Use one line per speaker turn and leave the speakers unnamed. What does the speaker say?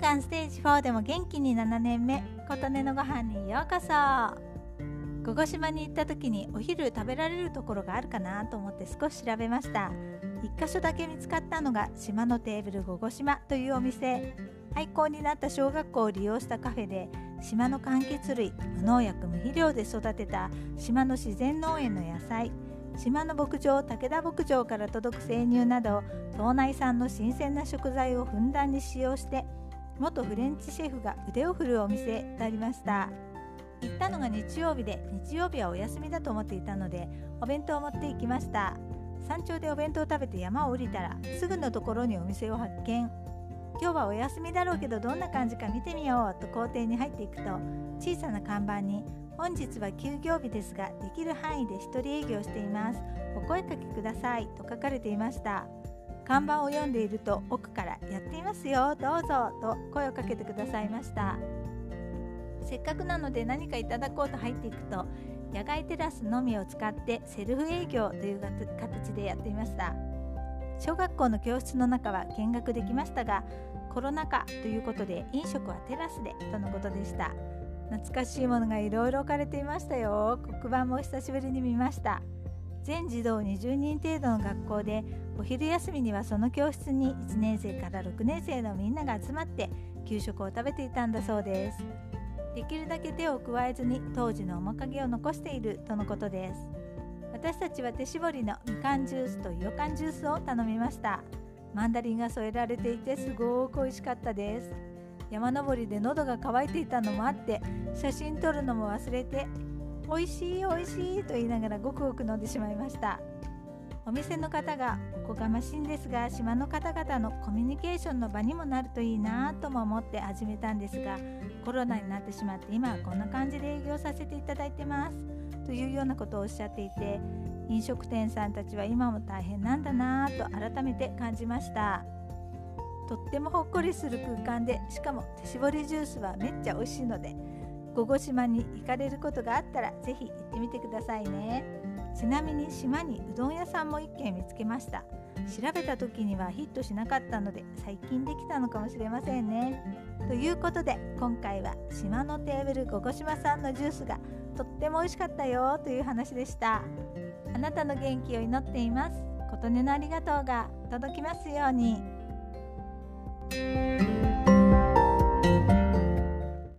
間ステージ4でも元気に7年目、琴音のご飯にようこそ。午後島に行った時にお昼食べられるところがあるかなと思って少し調べました。1箇所だけ見つかったのが島のテーブル午後島というお店。廃校になった小学校を利用したカフェで、島の柑橘類、無農薬無肥料で育てた島の自然農園の野菜、島の牧場武田牧場から届く生乳など島内産の新鮮な食材をふんだんに使用して、元フレンチシェフが腕を振るうお店でありました。行ったのが日曜日で、日曜日はお休みだと思っていたのでお弁当を持って行きました。山頂でお弁当を食べて山を降りたらすぐのところにお店を発見。今日はお休みだろうけどどんな感じか見てみようと校庭に入っていくと、小さな看板に本日は休業日ですができる範囲で一人営業しています、お声かけくださいと書かれていました。看板を読んでいると奥からやっていますよどうぞと声をかけてくださいました。せっかくなので何かいただこうと入っていくと、野外テラスのみを使ってセルフ営業という形でやっていました。小学校の教室の中は見学できましたが、コロナ禍ということで飲食はテラスでとのことでした。懐かしいものがいろいろ置かれていましたよ。黒板も久しぶりに見ました。全児童20人程度の学校で、お昼休みにはその教室に1年生から6年生のみんなが集まって給食を食べていたんだそうです。できるだけ手を加えずに当時の面影を残しているとのことです。私たちは手絞りのみかんジュースといよかんジュースを頼みました。マンダリンが添えられていてすごく美味しかったです。山登りで喉が渇いていたのもあって写真撮るのも忘れて、美味しい美味しいと言いながらごくごく飲んでしまいました。お店の方がおこがましいんですが、島の方々のコミュニケーションの場にもなるといいなとも思って始めたんですが、コロナになってしまって今はこんな感じで営業させていただいてますというようなことをおっしゃっていて、飲食店さんたちは今も大変なんだなと改めて感じました。とってもほっこりする空間で、しかも手絞りジュースはめっちゃ美味しいので、午後島に行かれることがあったらぜひ行ってみてくださいね。ちなみに島にうどん屋さんも1軒見つけました。調べた時にはヒットしなかったので最近できたのかもしれませんね。ということで今回は島のテーブル午後島さんのジュースがとっても美味しかったよという話でした。あなたの元気を祈っています。琴音のありがとうが届きますように。